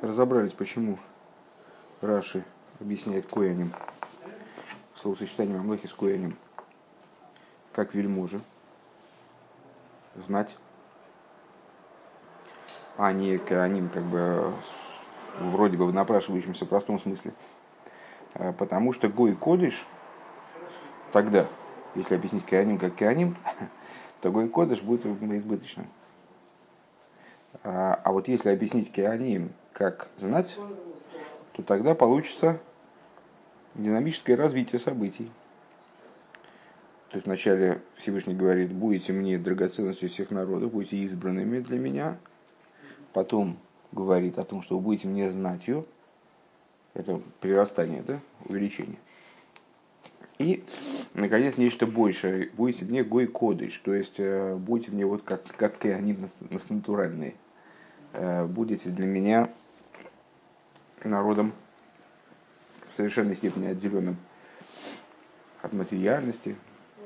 Разобрались, почему Раши объясняет кояним, словосочетание мамлехи с кояним, как вельможи, знать, а не коаним, как бы вроде бы в напрашивающемся простом смысле. Потому что гой кодыш тогда, если объяснить коаним как коаним, то гой кодыш будет избыточным. А вот если объяснить коаним как знать, то тогда получится динамическое развитие событий. То есть вначале Всевышний говорит: будете мне драгоценностью всех народов, будете избранными для меня. Потом говорит о том, что вы будете мне знатью. Это прирастание, да? Увеличение. И, наконец, нечто большее. Будете мне гой кодыш, то есть будете мне вот как они натуральные. Будете для меня народом в совершенной степени отделенным от материальности,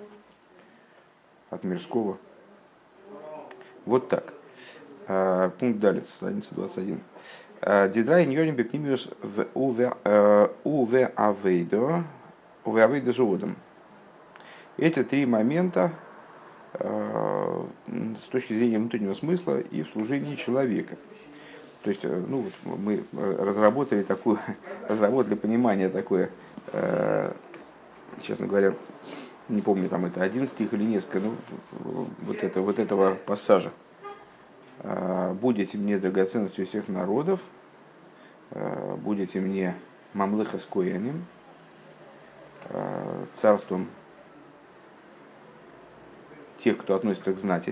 от мирского. Вот так. Пункт далее, страница 21. Дидрай ньоним бепнимиус в уве авейдо заводом. Эти три момента с точки зрения внутреннего смысла и в служении человека. То есть, ну, вот мы разработали понимание такое, честно говоря, не помню, там это 11 стих или несколько, ну, вот этого пассажа. Будете мне драгоценностью всех народов, будете мне мамлеха с кояним, царством тех, кто относится к знати,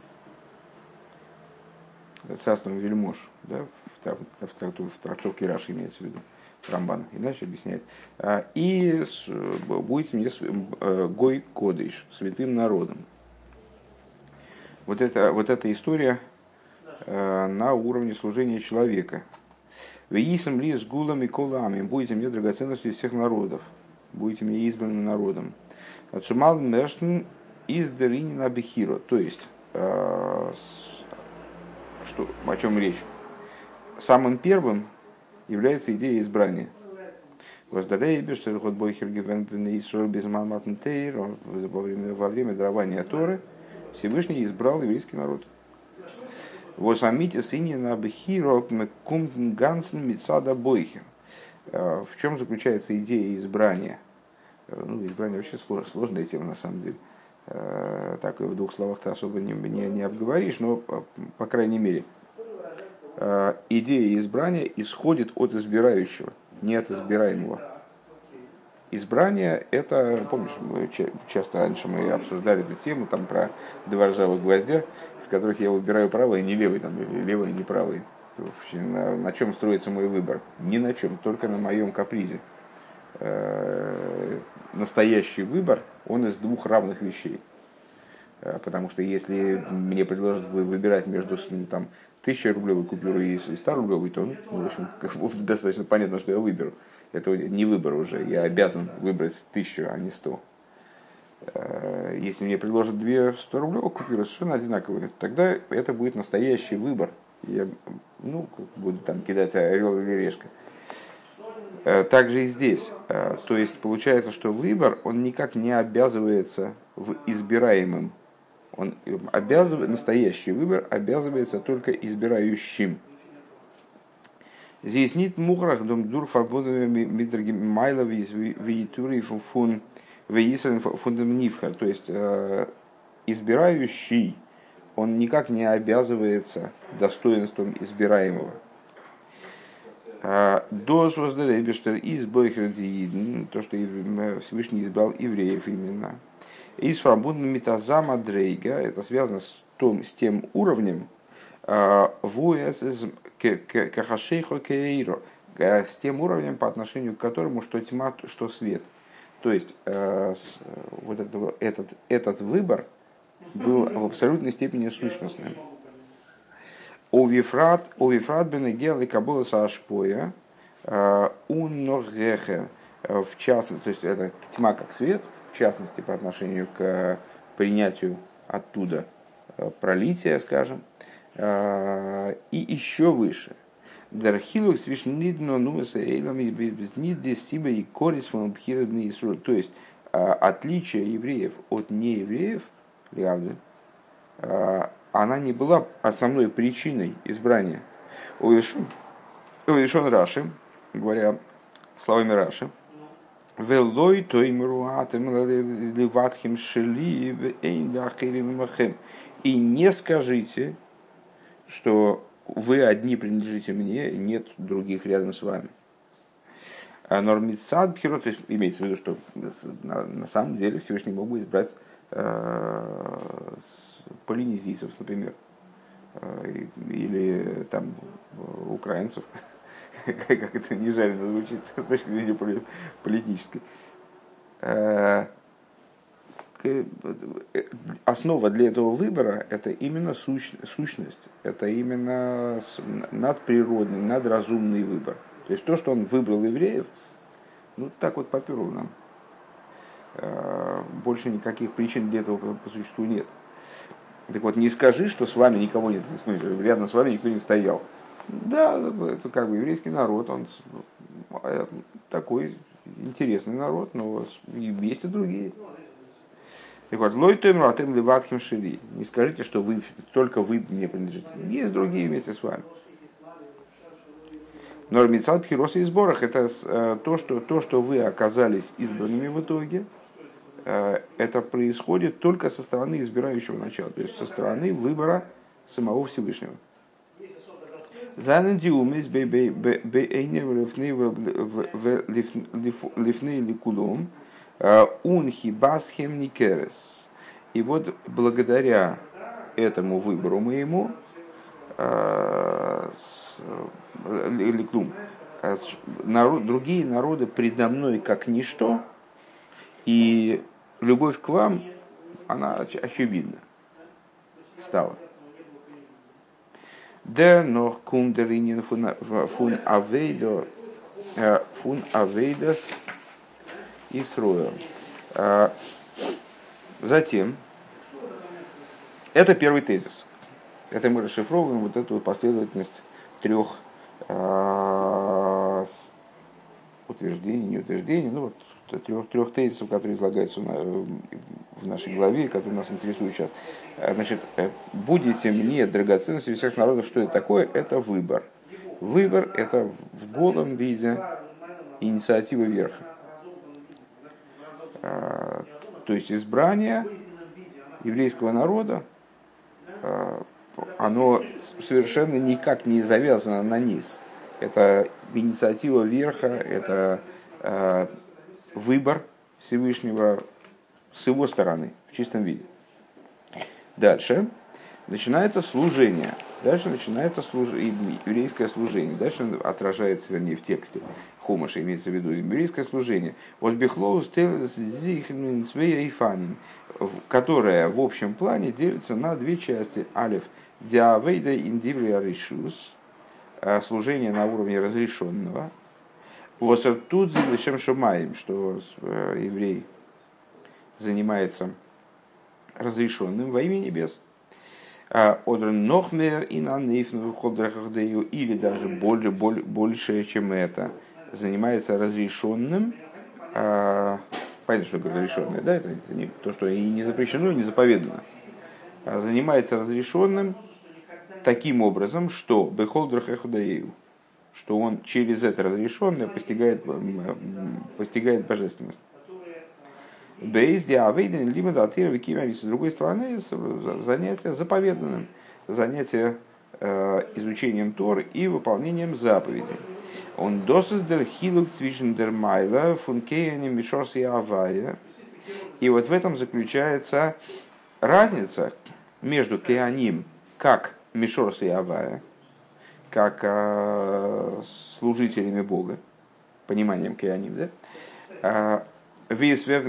царством вельмож, да, в трактовке Раши имеется в виду, Рамбан, иначе объясняет. И будете мне гой кодыш, святым народом. Вот эта история на уровне служения человека. Веисам ли с гулами колами, будете мне драгоценностью всех народов, будете мне избранным народом. Цумал мершн из деринина бехиро, то есть, что, о чем речь? Самым первым является идея избрания. Во время дарования Торы Всевышний избрал еврейский народ. В чем заключается идея избрания? Ну, избрание вообще сложная тема, на самом деле. Так в двух словах-то особо не обговоришь, но, по крайней мере, идея избрания исходит от избирающего, не от избираемого. Избрание – это, помнишь, часто раньше мы обсуждали эту тему там, про два ржавых гвоздя, с которых я выбираю правый, а не левый, там, или левый, не правый. На чем строится мой выбор? Ни на чем, только на моем капризе. Настоящий выбор, он из двух равных вещей. Потому что если мне предложат выбирать между там, 1000-рублевой купюрой и 100-рублевой, то, в общем, достаточно понятно, что я выберу. Это не выбор уже, я обязан выбрать 1000, а не 100. Если мне предложат 2 100-рублевых купюры, совершенно одинаковые, тогда это будет настоящий выбор. Я буду там кидать орел или решка. Так же и здесь. То есть получается, что выбор, он никак не обязывается в избираемом. Настоящий выбор обязывается только избирающим. Здесь нет мухрах дом дур фарбодами мидрги майлови виитури фун веисалин фундамнивха. То есть избирающий, он никак не обязывается достоинством избираемого. Доз воздаребештер из бойхердиидн, то, что Всевышний избрал евреев именно. Из фарбудн митазама дрейга, это связано с тем уровнем, с тем уровнем, по отношению к которому что тьма, что свет. То есть вот этот выбор был в абсолютной степени сущностным. Овифрат бенегел и кабола саашпоя уногехер, в частности, то есть это тьма как свет, в частности по отношению к принятию оттуда пролития, скажем, и еще выше. Дархилук свишнидно нумеса эйлами безниды сиба и корис фон пхирдный исруд. То есть отличие евреев от неевреев, она не была основной причиной избрания. Уишон Раши, говоря словами Раши, «Велой тоймру атем леватхим шели эйндахирим махем». И не скажите, что вы одни принадлежите мне, нет других рядом с вами. Нормицад пхирот, то есть имеется в виду, что на самом деле Всевышний мог бы избрать полинезийцев, например, или там украинцев, как это не жарено звучит с точки зрения политической. Основа для этого выбора – это именно сущность, это именно надприродный, надразумный выбор. То есть то, что он выбрал евреев, ну так вот поперло нам. Больше никаких причин для этого по существу нет. Так вот, не скажи, что с вами никого нет, рядом с вами никто не стоял. Да, это как бы еврейский народ, он такой интересный народ, но есть и другие. Так вот, лой тойм ратем леватхим шели. Не скажите, что вы, только вы мне принадлежите. Есть другие вместе с вами. Нормицал пхироса и сборах — это то, что вы оказались избранными в итоге. Это происходит только со стороны избирающего начала, то есть со стороны выбора самого Всевышнего. И вот благодаря этому выбору моему другие народы предо мной как ничто, и любовь к вам, она очевидна стала. Der noch kunderinen фун авейдас Исроэл. Затем, это первый тезис. Это мы расшифровываем вот эту последовательность трех утверждений, неутверждений, ну вот трех тезисов, которые излагаются в нашей главе, которые нас интересуют сейчас. Значит, будете мне драгоценностью всех народов, что это такое? Это выбор. Выбор – это в голом виде инициатива верха. То есть избрание еврейского народа, оно совершенно никак не завязано на низ. Это инициатива верха, это выбор Всевышнего с его стороны, в чистом виде. Дальше начинается служение. Дальше начинается еврейское служение. Дальше отражается, вернее, в тексте Хумаша, имеется в виду еврейское служение. Вот бихлоус которое в общем плане делится на две части. Алиф диавейда индиврия решус, служение на уровне разрешенного. Вот тут зачем шумаем, что еврей занимается разрешенным во имя небес. Или даже больше, чем это, занимается разрешенным. Понятно, что такое разрешенное, да? Это не то, что и не запрещено, и не заповедано. Занимается разрешенным таким образом, что бехолдрах эхудаею, что он через это разрешенное постигает божественность. С другой стороны, занятие заповеданным, занятие изучением Тор и выполнением заповедей. Он досыздер хилук цвишендер майла функеяне мишорс и авая. И вот в этом заключается разница между кеаним как мишорс и авая, как служителями Бога, пониманием кеаним, да? Как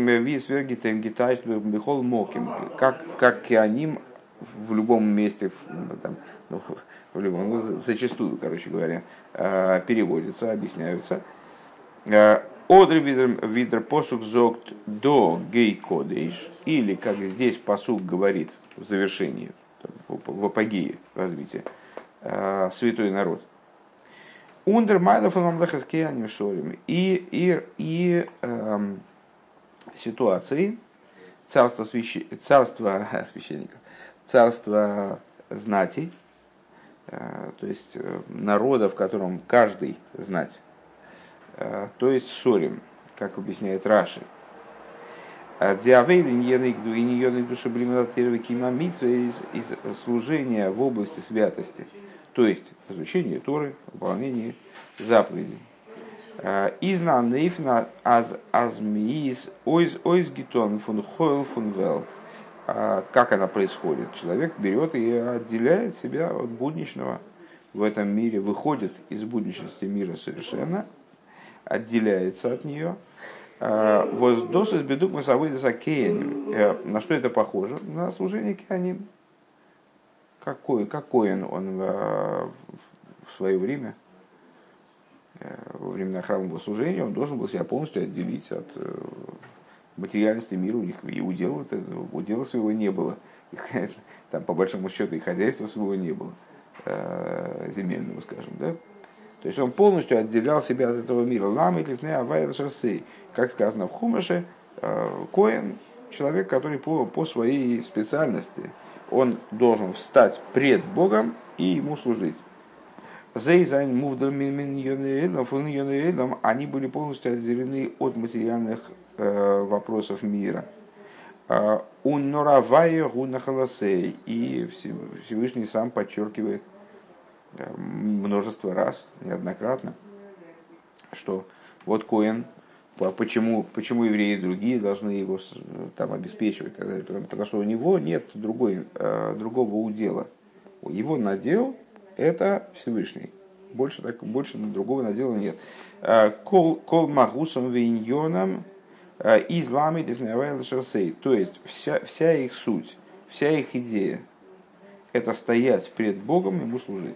кеаним в любом месте, в любом, зачастую, короче говоря, переводятся, объясняются. Одри видер посук зогт до гей кодейш, или, как здесь посук говорит в завершении, в апогее развития, святой народ. Ундер Майлов и Мамлехаскей Анимшорим. И ситуации царства священников, царства знати, то есть народа, в котором каждый знать, то есть сорим, как объясняет Раши. Из служения в области святости, то есть изучение Торы, выполнение заповедей. Изнан нейфна азмиис ойз гитон фун хойл фун вел. Как она происходит? Человек берет и отделяет себя от будничного в этом мире, выходит из будничности мира совершенно, отделяется от нее. Воздосыз бедук масавыда за кеяним. На что это похоже? На служение кеяним. Какой он в свое время, во времена храмового служения, он должен был себя полностью отделить от материальности мира. У них и удела своего не было. Там, по большому счету, и хозяйства своего не было, земельного, скажем, да? То есть он полностью отделял себя от этого мира. Лам или шосей, как сказано в Хумаше, коэн, человек, который по своей специальности, он должен встать пред Богом и ему служить. Они были полностью отделены от материальных вопросов мира. И Всевышний сам подчеркивает множество раз, неоднократно, что вот коэн, почему евреи и другие должны его там обеспечивать, потому что у него нет другого удела. Его надел — это Всевышний. Больше другого надела нет. Кол магусом виньоном излами дефневайл шосей. То есть вся их суть, вся их идея — это стоять пред Богом и ему служить.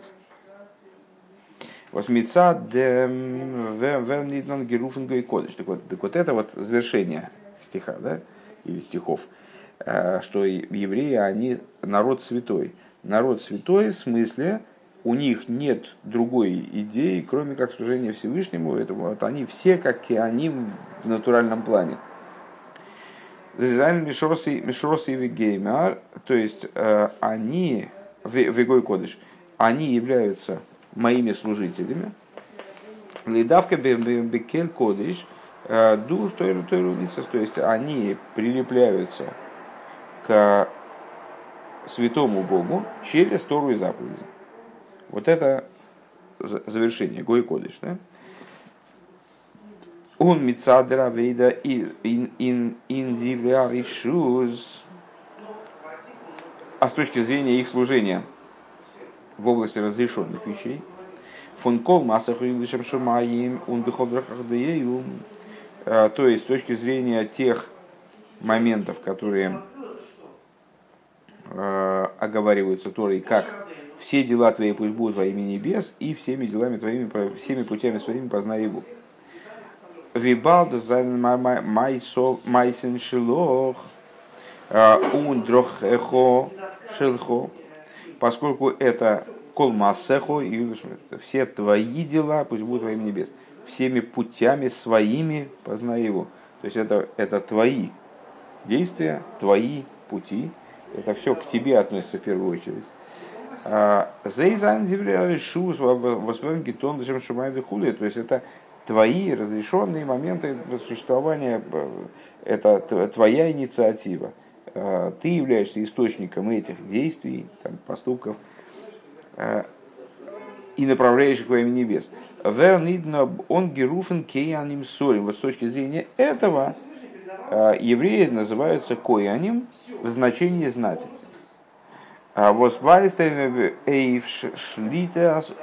Восьмица вернитнан геруфенго и кодыш. Так вот это вот завершение стиха, да, или стихов, что евреи, они народ святой. Народ святой в смысле, у них нет другой идеи, кроме как служения Всевышнему. Поэтому вот они все как кеаним в натуральном плане. То есть они, вегой кодыш, они являются моими служителями. Лидавка бекель кодыш дух тойрувица, то есть они прилепляются к святому Богу через Тору и заповеди. Вот это завершение гой кодыш, да? Он мицадра вейда индивиаришуз. А с точки зрения их служения в области разрешенных вещей, фон кол массахуилишем шумаим он биходрахахдею, то есть с точки зрения тех моментов, которые оговариваются Торой, как все дела твои пусть будут во имя небес, и всеми делами твоими, всеми путями своими познай его. Вибалда зайн майсен шилох ундрох эхо шилхо, поскольку это кол массехо, и все твои дела пусть будут во имя небес, всеми путями своими познай его. То есть это твои действия, твои пути, это все к тебе относится в первую очередь. То есть это твои разрешенные моменты существования, это твоя инициатива. Ты являешься источником этих действий, там, поступков, и направляешь их во имя небес. Он геруфен кейаним сорим. Вот с точки зрения этого евреи называются кояним в значении знати. Восвайстайм эйв шлитас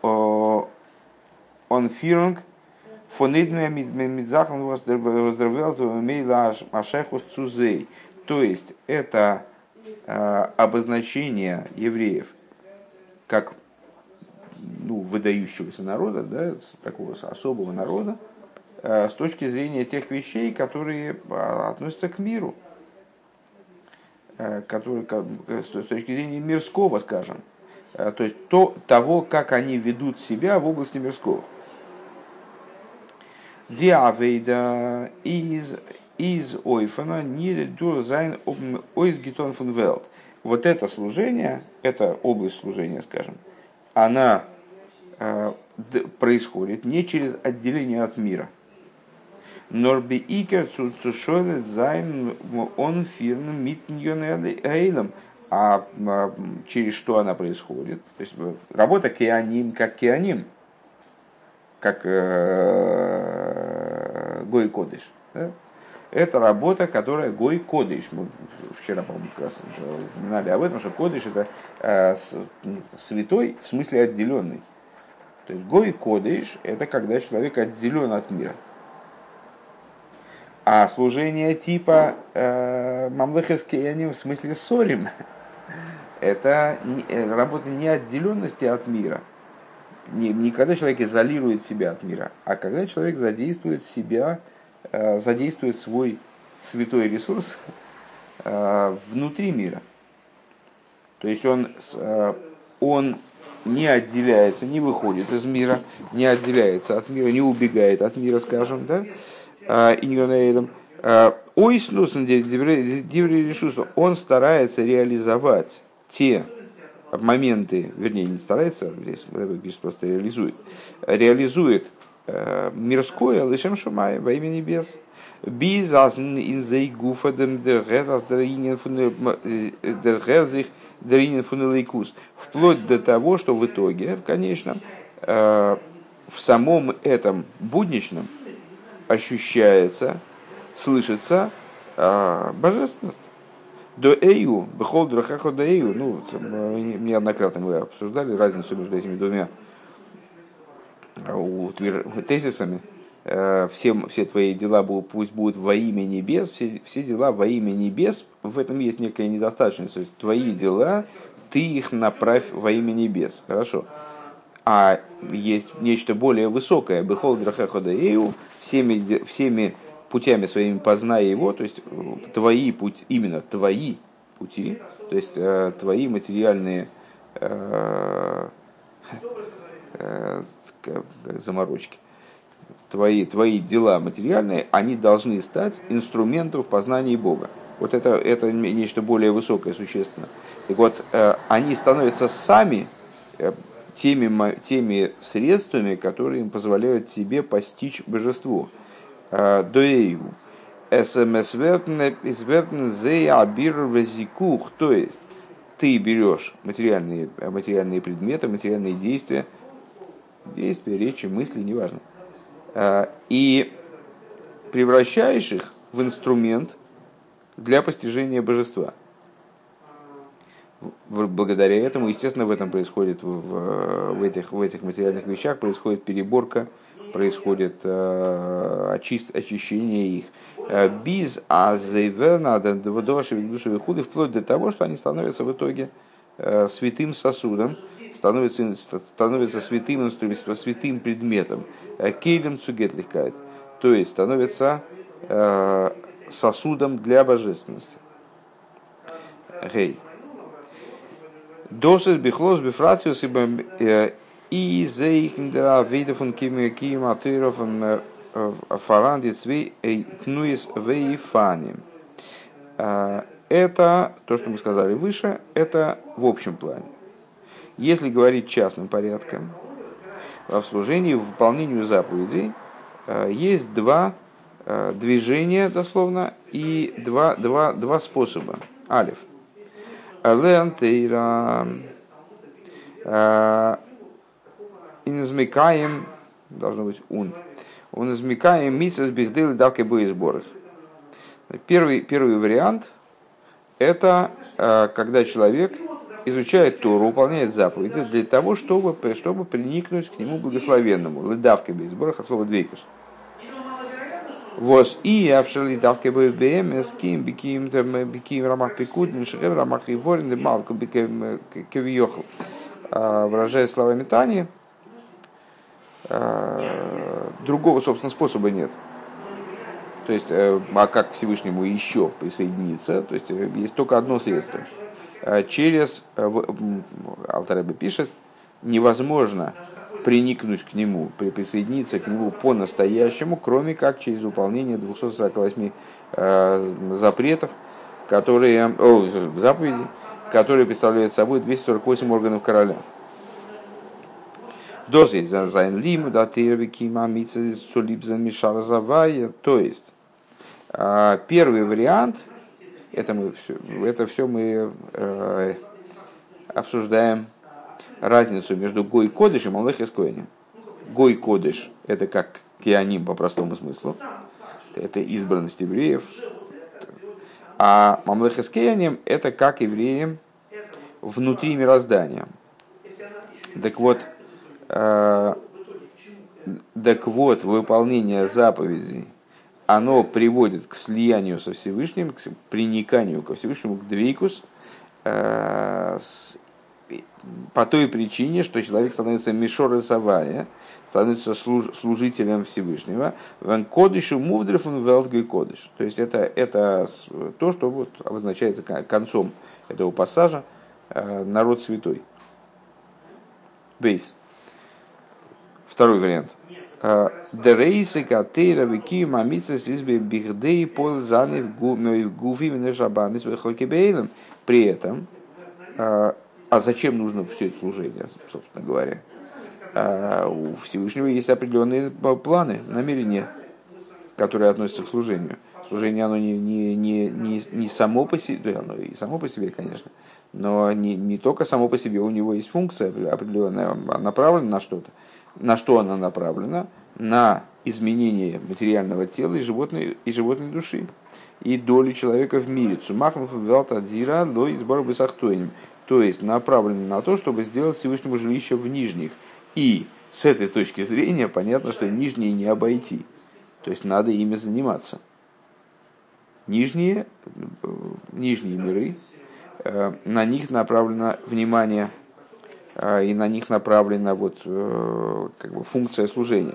он фирунг фонидме мидзахн воздравелту мейла ашехус цузей. То есть это обозначение евреев как выдающегося народа, да, такого особого народа, с точки зрения тех вещей, которые относятся к миру, которые, с точки зрения мирского, скажем. то есть того, как они ведут себя в области мирского. Диавейда из ойфана нире дур зайн ойс гитон фун велт. Вот это служение, эта область служения, скажем, она происходит не через отделение от мира. Норби икер цушолет зайн он фирн митньон эйлом. А через что она происходит? То есть работа кеаним, как гой кодыш. Да? Это работа, которая гой кодыш. Мы вчера, по-моему, как раз упоминали об этом, что кодыш это святой, в смысле отделенный. То есть гой кодыш это когда человек отделен от мира. А служение типа мамлехес кеаним, в смысле сорим, это работа не отделенности от мира. Не когда человек изолирует себя от мира, а когда человек задействует свой святой ресурс внутри мира. То есть он не отделяется, не выходит из мира, не отделяется от мира, не убегает от мира, скажем, да? Он старается реализовать те моменты, вернее, не старается, здесь просто реализует мирское лишем шумай во имя небес. Вплоть до того, что в итоге, в конечном, в самом этом будничном ощущается, слышится божественность. До эйу, бехол драхахо до эйу, неоднократно мы обсуждали разницу между этими двумя тезисами. Все твои дела пусть будут во имя небес, все дела во имя небес, в этом есть некая недостаточность. То есть твои дела, ты их направь во имя небес. Хорошо. А есть нечто более высокое, бехол драхахо до эйу, всеми путями своими познай его, то есть твои пути, именно твои пути, то есть твои материальные заморочки, твои дела материальные, они должны стать инструментом в познании Бога. Вот это нечто более высокое, существенно. Так вот, они становятся сами теми средствами, которые им позволяют себе постичь божество. Доэйу. СМС-вертен зея абир везикух. То есть, ты берешь материальные предметы, материальные действия, речи, мысли, неважно, и превращаешь их в инструмент для постижения божества. Благодаря этому, естественно, в этом происходит, в этих материальных вещах происходит переборка, происходит очищение их. Биз азейверна душевые худы, вплоть до того, что они становятся в итоге святым сосудом, становятся святым инструментом, святым предметом. Кейлем цугетлихкайт, то есть становятся сосудом для божественности. Гей. Досет бихлос бифрациус и зейхндера видофон киматыров фарандицвей тнуис вейфаним. Это то, что мы сказали выше, это в общем плане. Если говорить частным порядком, в служении, в выполнении заповедей есть два движения, дословно, и два способа. Алиф. Леантейра инзмекаем, должно быть он измекаем миссис бихдыл давки боизборах. Первый вариант — это когда человек изучает Тору, выполняет заповеди для того, чтобы приникнуть к нему благословенному. Ледавки боизборах, от слова двейкус. Вот и авшали давки боизборах, ким биким рамах пикудин, шехем рамах иворин, малку бикем кевиохл. Выражая словами Тани, другого, собственно, способа нет. То есть, а как к Всевышнему еще присоединиться? То есть, есть только одно средство. через, Алтер Ребе пишет, невозможно приникнуть к нему, присоединиться к нему по-настоящему, кроме как через выполнение 248 запретов, заповедей, которые представляют собой 248 органов короля. То есть, первый вариант, это все мы обсуждаем разницу между Гой Кодыш и Мамлехес Коэним. Гой Кодыш — это как Кианим по простому смыслу, это избранность евреев, а Мамлехес Коэним — это как евреям внутри мироздания. Так вот, выполнение заповедей, оно приводит к слиянию со Всевышним, к приниканию ко Всевышнему, к двейкус, по той причине, что человек становится мишора савая, становится служителем Всевышнего. Кодышу мувдрифун велдгой кодыш. То есть это то, что вот обозначается концом этого пассажа народ святой. Бейс. Второй вариант. Дерейсы катейра вики мамицас избе бихдей пол заны в гуфи нешабамис вехалкебейлем. При этом, а зачем нужно все это служение, собственно говоря? У Всевышнего есть определенные планы, намерения, которые относятся к служению. Служение, оно не само по себе, оно и само по себе, конечно, но не только само по себе, у него есть функция определенная, направлена на что-то. На что она направлена? На изменение материального тела и животной души, и доли человека в мире. Цумахнув велта дзира до избора бесахтойним. То есть направлена на то, чтобы сделать Всевышнему жилище в нижних. И с этой точки зрения понятно, что нижние не обойти. То есть надо ими заниматься. Нижние миры, на них направлено внимание, и на них направлена функция служения.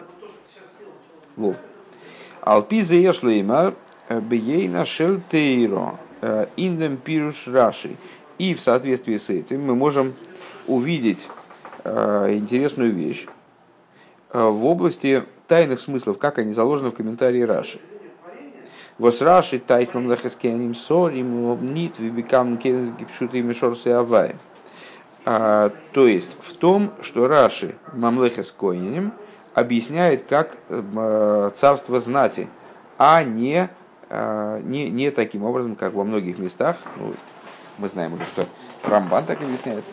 Алпизе ешлеймар бейна шельтейро индем пируш раши. И в соответствии с этим мы можем увидеть интересную вещь в области тайных смыслов, как они заложены в комментарии Раши. Вос Раши тайт мамлехес кеаним сорим нит вибикам кепшуты мишорсы авай. То есть в том, что Раши мамлехес коэним объясняет как царство знати, а не таким образом, как во многих местах. Мы знаем уже, что Рамбан так объясняет.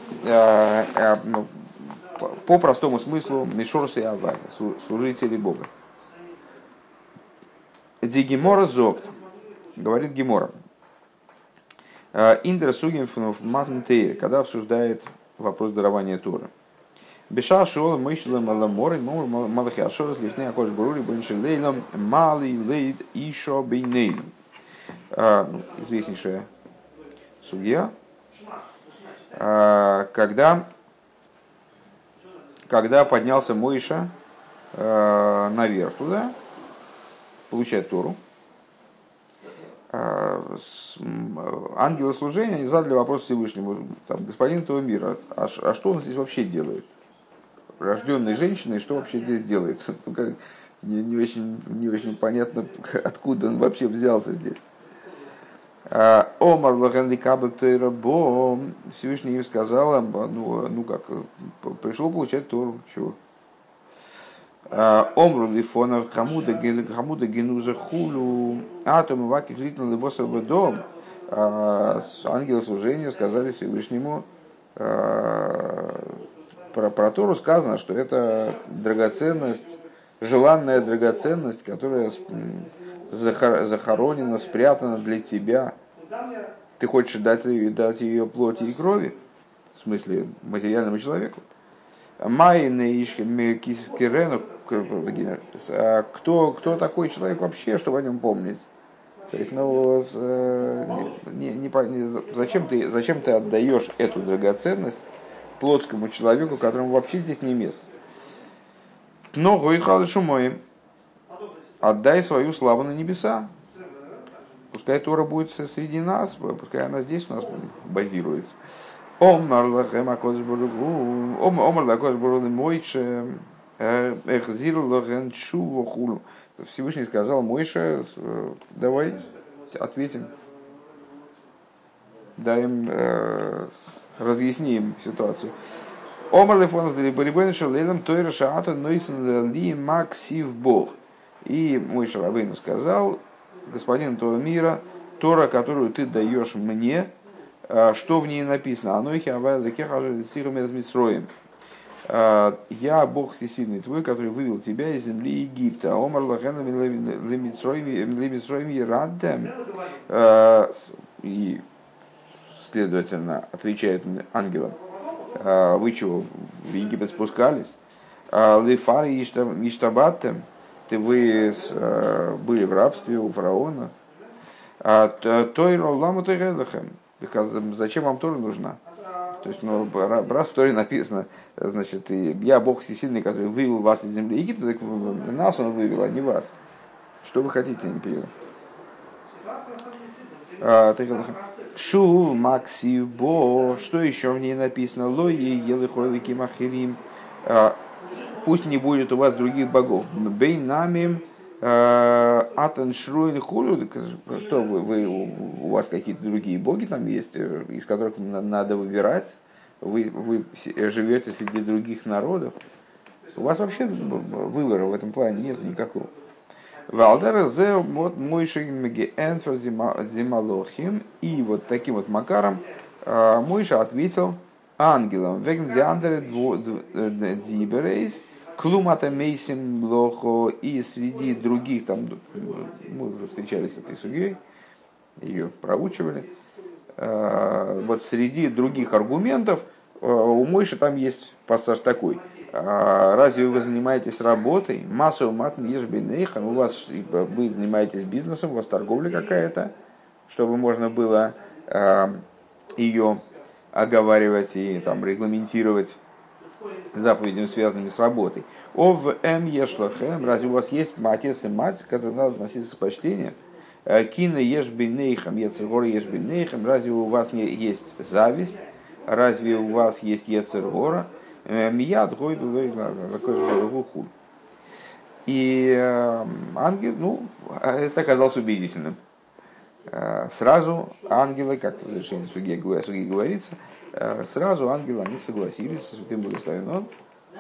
По простому смыслу мишорсы авай, служители Бога. Ди Гемора зогт, говорит Гемора. Индра сугин фунуф матнтейр, когда обсуждает вопрос дарования Торы. Беша шола мышлем аламор, малахи ашорас лифней акош бурури беншелейлом малый лейд ишо бейней. Известнейшая судья, когда поднялся Моиша наверх туда, получать Тору, ангелы служения, они задали вопрос Всевышнему: господин этого мира, а что он здесь вообще делает? Рожденной женщиной, что вообще здесь делает? Не очень понятно, откуда он вообще взялся здесь. Омар лохенли кабек тойрабо, Всевышний им сказал, пришел получать Тору, чего? Омру лифонов хамуда генуза хулу атом ваки длительно лебосов дом. Ангелы служения сказали Всевышнему, про Тору сказано, что это драгоценность, желанная драгоценность, которая захоронена, спрятана для тебя. Ты хочешь дать ее плоти и крови, в смысле материальному человеку. Кто такой человек вообще, чтобы о нем помнить? То есть, зачем ты отдаешь эту драгоценность плотскому человеку, которому вообще здесь не место? Но отдай свою славу на небеса. пускай Тора будет среди нас, пускай она здесь у нас базируется. Омар лахем акодыш баругу, омар лакодыш баругу Мойше, эхзиру лахен шуву хулу. Всевышний сказал Мойше, давай ответим, даем, разъясним ситуацию. Омар лефон рибарибен шалелем тойра шаата нойсен ли максив бог. И Мойше Рабейну сказал: господин этого мира, Тора, которую ты даешь мне, что в ней написано? Анохи авай лекеха сиру мезмисроим. Я Бог всесильный твой, который вывел тебя из земли Египта. Омар лахен лемисроим ераддем. И, следовательно, отвечает ангелам: вы чего, в Египет спускались? Лефари иштабаттем. Вы были в рабстве у фараона. Тойро ламу тойредахем. Зачем вам Тора нужна? То есть, раз в Торе написано, значит, я Бог всесильный, который вывел вас из земли Египта, так нас он вывел, а не вас. Что вы хотите, я не понимаю. Шу максибо, что еще в ней написано? Лои елыхойлики махирим. Пусть не будет у вас других богов. Бейнамим атан шруин хулю. Что у вас какие-то другие боги там есть, из которых надо выбирать? Вы живете среди других народов. У вас вообще выбора в этом плане нет никакого. Валдара зе вот Мойше мегеэнфер зималохим. И вот таким вот макаром Мойше ответил ангелам. Веген зиандере диберейс. Клумата мейсим лохо. И среди других, там мы уже встречались с этой сугей, ее проучивали. Вот среди других аргументов у Мойши там есть пассаж такой: разве вы занимаетесь работой? Массу матн ешбинейхан, у вас вы занимаетесь бизнесом, у вас торговля какая-то, чтобы можно было ее оговаривать и там регламентировать заповедями, связанными с работой. Ов эм ешлахем, разве у вас есть отец и мать, к которым надо относиться с почтением? Кина ешбинейхам, ецергор ешбинейхам, разве у вас не есть зависть? Разве у вас есть ецергора? Мияд гой худ. И ангел, это оказалось убедительным. Сразу ангелы, как в завершении Суги говорится, сразу ангелы, они согласились со святым благословен он.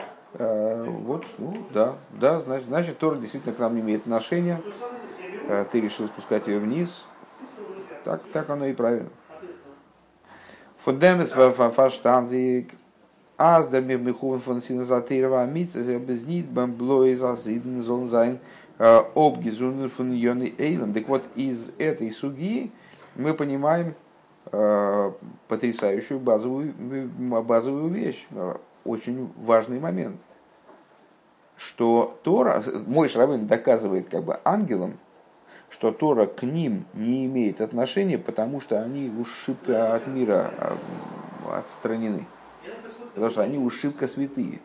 Значит, Тора действительно к нам не имеет отношения. Ты решил спускать ее вниз. Так оно и правильно. Фундамент фаштанзик. Аз der mir behoven von Sinasatera mit без нит бамблой засиден зон sein обгезунен von Йони Эйлем. Так вот, из этой суги мы понимаем потрясающую базовую вещь, очень важный момент, что Тора, Мойше Рабейну доказывает как бы ангелам, что Тора к ним не имеет отношения, потому что они уж шибко от мира отстранены. Потому что они уж шибко святые.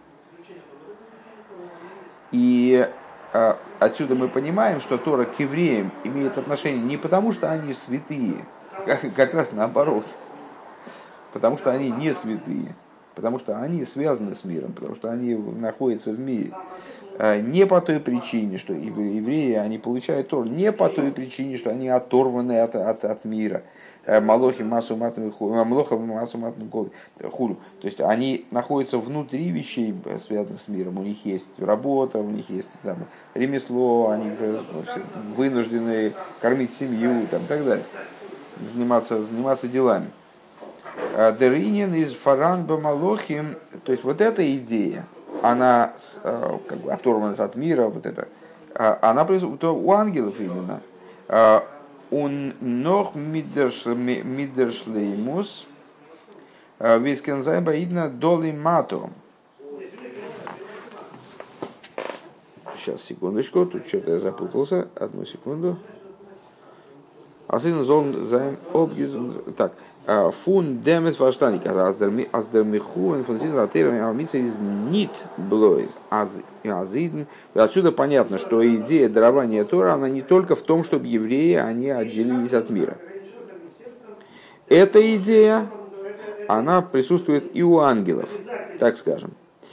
И отсюда мы понимаем, что Тора к евреям имеет отношение не потому, что они святые, как раз наоборот. Потому что они не святые. Потому что они связаны с миром, потому что они находятся в мире. Не по той причине, что евреи, они получают Тору, не по той причине, что они оторваны от мира. Малохи массу матную хулю. То есть они находятся внутри вещей, связанных с миром. У них есть работа, у них есть там, ремесло, они вынуждены кормить семью и так далее, заниматься делами. Деринин из фаран бамалохим, то есть вот эта идея, она как бы оторванность от мира, вот это, она происходит у ангелов именно. Он нох мидершлеймус вискензай баидна доли мату. Сейчас, секундочку, тут что-то я запутался, одну секунду. Асин зон зайн обгизун. Так. Фун демес ваштаник. Аздермиху инфунсин латерами амиса из нит блоис. Азидн. Отсюда понятно, что идея дарования Тора, она не только в том, чтобы евреи, они отделились от мира. Эта идея, она присутствует и у ангелов, так скажем.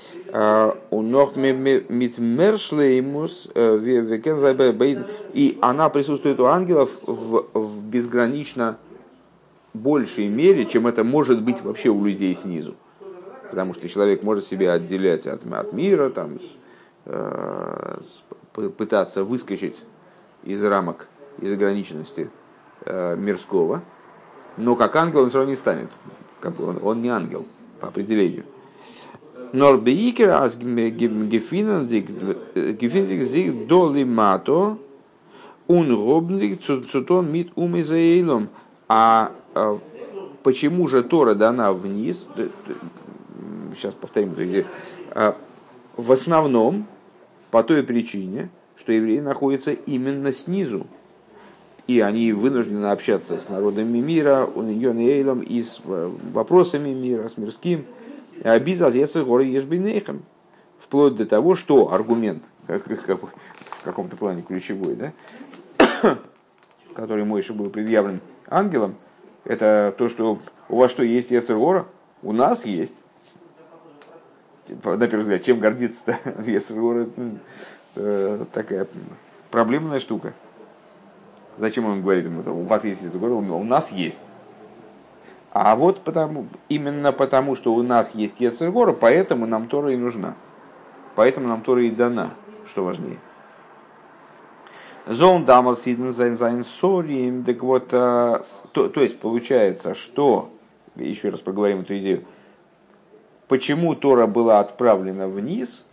И она присутствует у ангелов в безгранично большей мере, чем это может быть вообще у людей снизу. Потому что человек может себя отделять от мира, там, пытаться выскочить из рамок, из ограниченности мирского, но как ангел он все равно не станет. Он не ангел по определению. Норбеикер аз гефиндик зиг долимато унробник цутон мит умизаилом. А почему же Тора дана вниз? Сейчас повторим. В основном по той причине, что евреи находятся именно снизу. И они вынуждены общаться с народами мира, и с вопросами мира, с мирским. Вплоть до того, что аргумент, в каком-то плане ключевой, да, который Мойше был предъявлен ангелом, это то, что у вас что, есть Йецер Гора? У нас есть. На первый взгляд, чем гордиться-то? Йецер Гора такая проблемная штука. Зачем он говорит ему, у вас есть Йецер Гора, у нас есть. А вот именно потому, что у нас есть Йецер Гора, поэтому нам Тора и нужна. Поэтому нам Тора и дана, что важнее. Зон дамал сиден зайн сорим. Так вот, то есть получается, что, еще раз проговорим эту идею, почему Тора была отправлена вниз,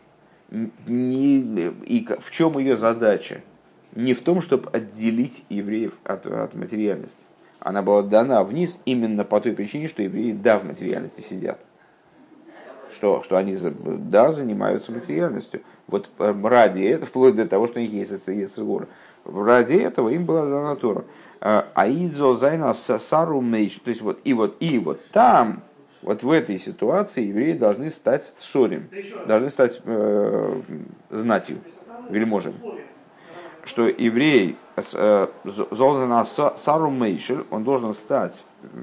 и в чем ее задача? Не в том, чтобы отделить евреев от материальности. Она была дана вниз именно по той причине, что евреи, да, в материальности сидят. Что они, да, занимаются материальностью. Вот ради этого, вплоть до того, что у них есть Йецер Гора. Ради этого им была дана Тора. Аидзо зайна сару мейш. То есть вот там, вот в этой ситуации евреи должны стать сорим, должны стать знатью, вельможами. Что еврей сару мейшер, он должен стать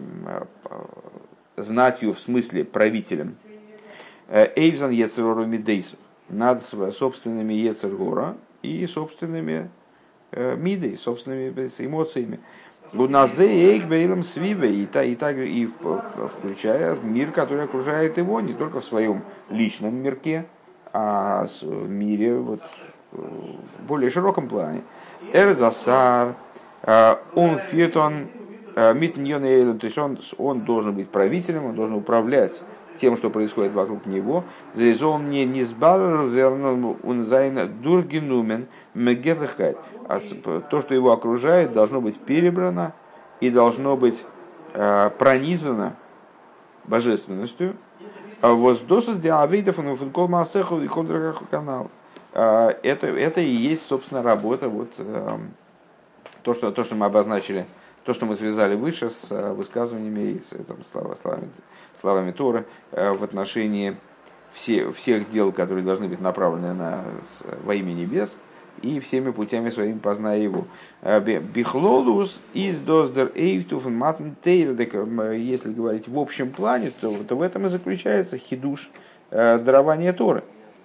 знатью в смысле правителем. Эйвзан Йецер Мидейсов над собственными Йецер Гора и собственными мидой, собственными эмоциями. Луназе эйк бейлом свиве и включая мир, который окружает его, не только в своем личном мирке, а в мире вот, в более широком плане. Эрзасар, он фитон митньон, то есть он должен быть правителем, он должен управлять тем, что происходит вокруг него. Зайзон не низбар вернул унзайн дургинумен мегерлихкайт. То, что его окружает, должно быть перебрано и должно быть пронизано божественностью. Воздосус диавидов он функол массеху и контраканал. Это и есть, собственно, работа. Вот, то, что мы обозначили, то, что мы связали выше с высказываниями и с словами Торы в отношении всех дел, которые должны быть направлены во имя небес, и всеми путями своими познай его. Бихлолус из доздер эйфтуф матн тейр. Если говорить в общем плане, то в этом и заключается хидуш дарования Торы.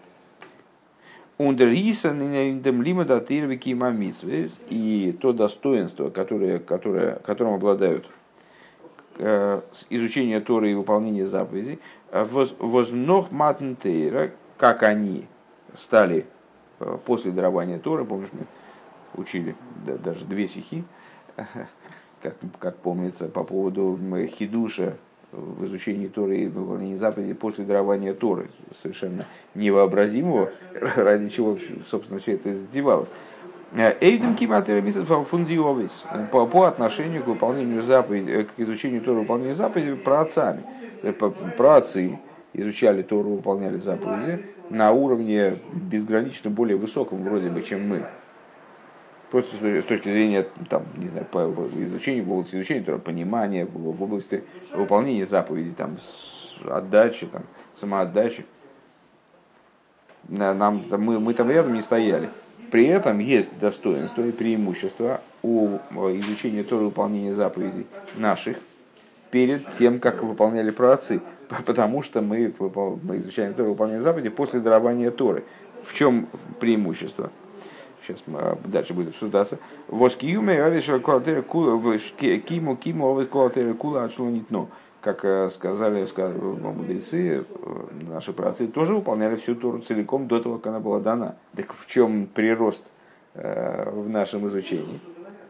И то достоинство, которым обладают изучение Торы и выполнение заповедей, вознох матн тейра, как они стали после дарования Торы. Помнишь, мы учили даже две сихи, как помнится, по поводу хидуша в изучении Торы и выполнении заповедей после дарования Торы, совершенно невообразимого, ради чего, собственно, все это издевалось. Эйдем киматерамисов фундиовис по отношению к выполнению заповедей, к изучению Торы и выполнению заповедей праотцами. Праотцы изучали Тору, выполняли заповеди на уровне безгранично более высоком, вроде бы, чем мы. просто с точки зрения там, не знаю, по изучению, в области изучения, понимания, в области выполнения заповедей, там, отдачи, там, самоотдачи. Мы там рядом не стояли. При этом есть достоинство и преимущество у изучения Торы, выполнения заповедей наших перед тем, как выполняли праотцы. Потому что мы изучаем Тору, выполнение заповедей после дарования Торы. В чем преимущество? Сейчас дальше будет обсуждаться. Как сказали мудрецы, наши праотцы тоже выполняли всю Тору целиком до того, как она была дана. Так в чем прирост в нашем изучении?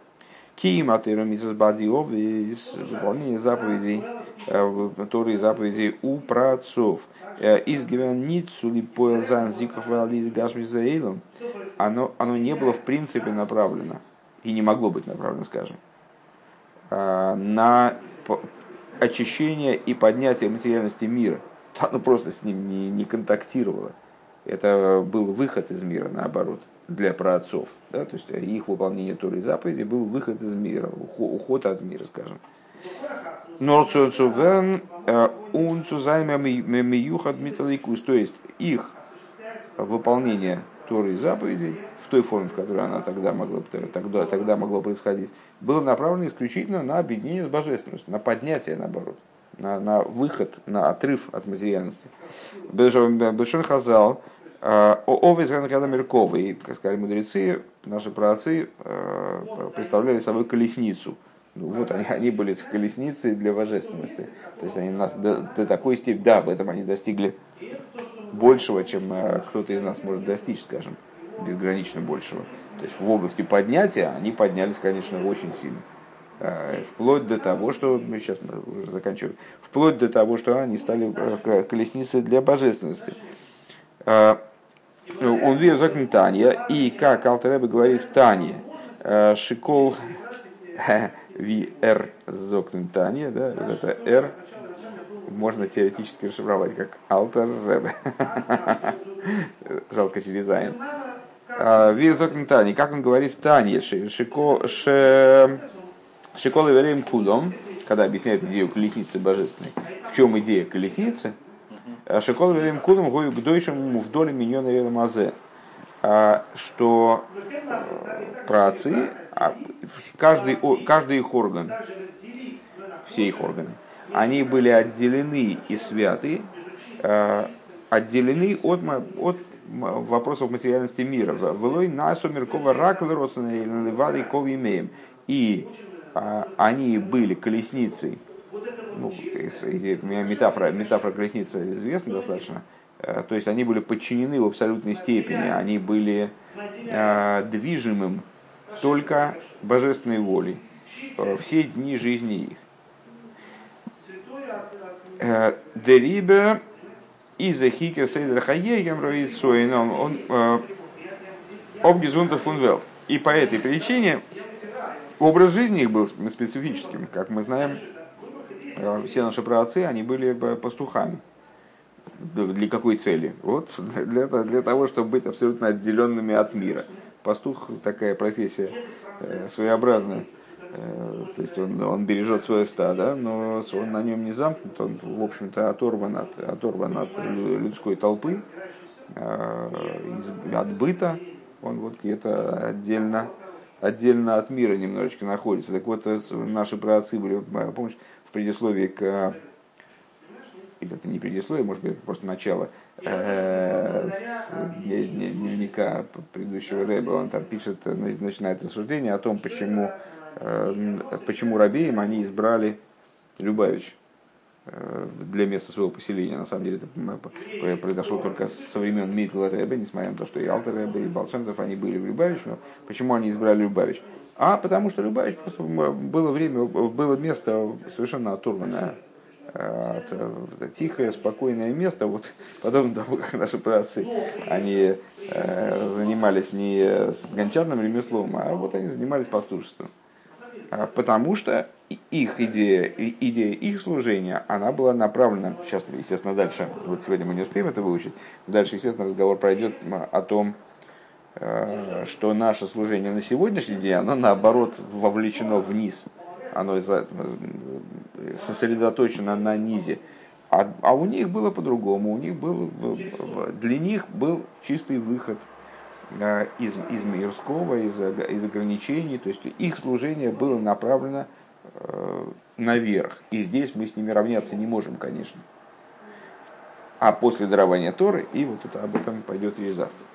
Выполнение заповедей, Торы и заповедей у праотцов. Оно не было в принципе направлено, и не могло быть направлено, скажем, на очищение и поднятие материальности мира. Оно просто с ним не контактировало. Это был выход из мира, наоборот, для праотцов. Да? То есть их выполнение Торы и заповедей был выход из мира, уход от мира, скажем. То есть их выполнение Торы и заповедей в той форме, в которой она тогда могло происходить, было направлено исключительно на объединение с божественностью, на поднятие, наоборот, на выход, на отрыв от материальности. Бешон Хазал, и, как сказали мудрецы, наши праотцы представляли собой колесницу. Ну, вот они были колесницей для божественности. То есть они до такой степени, да, в этом они достигли большего, чем кто-то из нас может достичь, скажем, безгранично большего. То есть в области поднятия они поднялись, конечно, очень сильно. Вплоть до того, что, сейчас мы уже заканчиваем, вплоть до того, что они стали колесницей для божественности. Он видел закон Танья, и как Алтер Ребе говорит в Тане, Шикол VR Зокнен Танья, да, вот это R можно теоретически расшифровать как Алтер Ребе. Жалко через Айн. Видел закон Танья, как он говорит в Тане, Шикол и Вереем Кудом, когда объясняет идею колесницы божественной. В чем идея колесницы? Шикол Вереем Кудом гою к дойшему в доле миньона Рела Мазе. Что праотцы, каждый их орган, все их органы, они были отделены и святы, отделены от вопросов материальности мира. И они были колесницей, ну, метафора колесницы известна достаточно. То есть они были подчинены в абсолютной степени, они были движимым только божественной волей все дни жизни их. Дерибе из Хикер Сейдер Хаегем Роицойном он обгезунтер фунвел. И по этой причине образ жизни их был специфическим. Как мы знаем, все наши праотцы, они были пастухами. Для какой цели? Вот для того, чтобы быть абсолютно отделенными от мира. Пастух такая профессия своеобразная. То есть он бережет свое стадо, но он на нем не замкнут, он, в общем-то, оторван от людской толпы, от быта, он вот где-то отдельно от мира немножечко находится. Так вот, наши праотцы были, помнишь, в предисловии к... или это не предисловие, может быть, просто начало дневника предыдущего Ребе, он там пишет, начинает рассуждение о том, почему рабеям они избрали Любавич для места своего поселения. На самом деле это произошло только со времен Митла Ребе, несмотря на то, что и Алтер Ребе, и Баал Шем Тов, они были в Любавич, но почему они избрали Любавич? А потому что Любавич просто было место совершенно оторванное, тихое, спокойное место, вот, подобно тому, как наши праотцы, они занимались не с гончарным ремеслом, а вот они занимались пастушеством. Потому что их идея их служения, она была направлена, сейчас, естественно, дальше, вот сегодня мы не успеем это выучить, дальше, естественно, разговор пройдет о том, что наше служение на сегодняшний день, оно наоборот вовлечено вниз, оно сосредоточено на низе. А у них было по-другому, для них был чистый выход из мирского, из ограничений, то есть их служение было направлено наверх. И здесь мы с ними равняться не можем, конечно. А после дарования Торы, и вот это об этом пойдет речь завтра.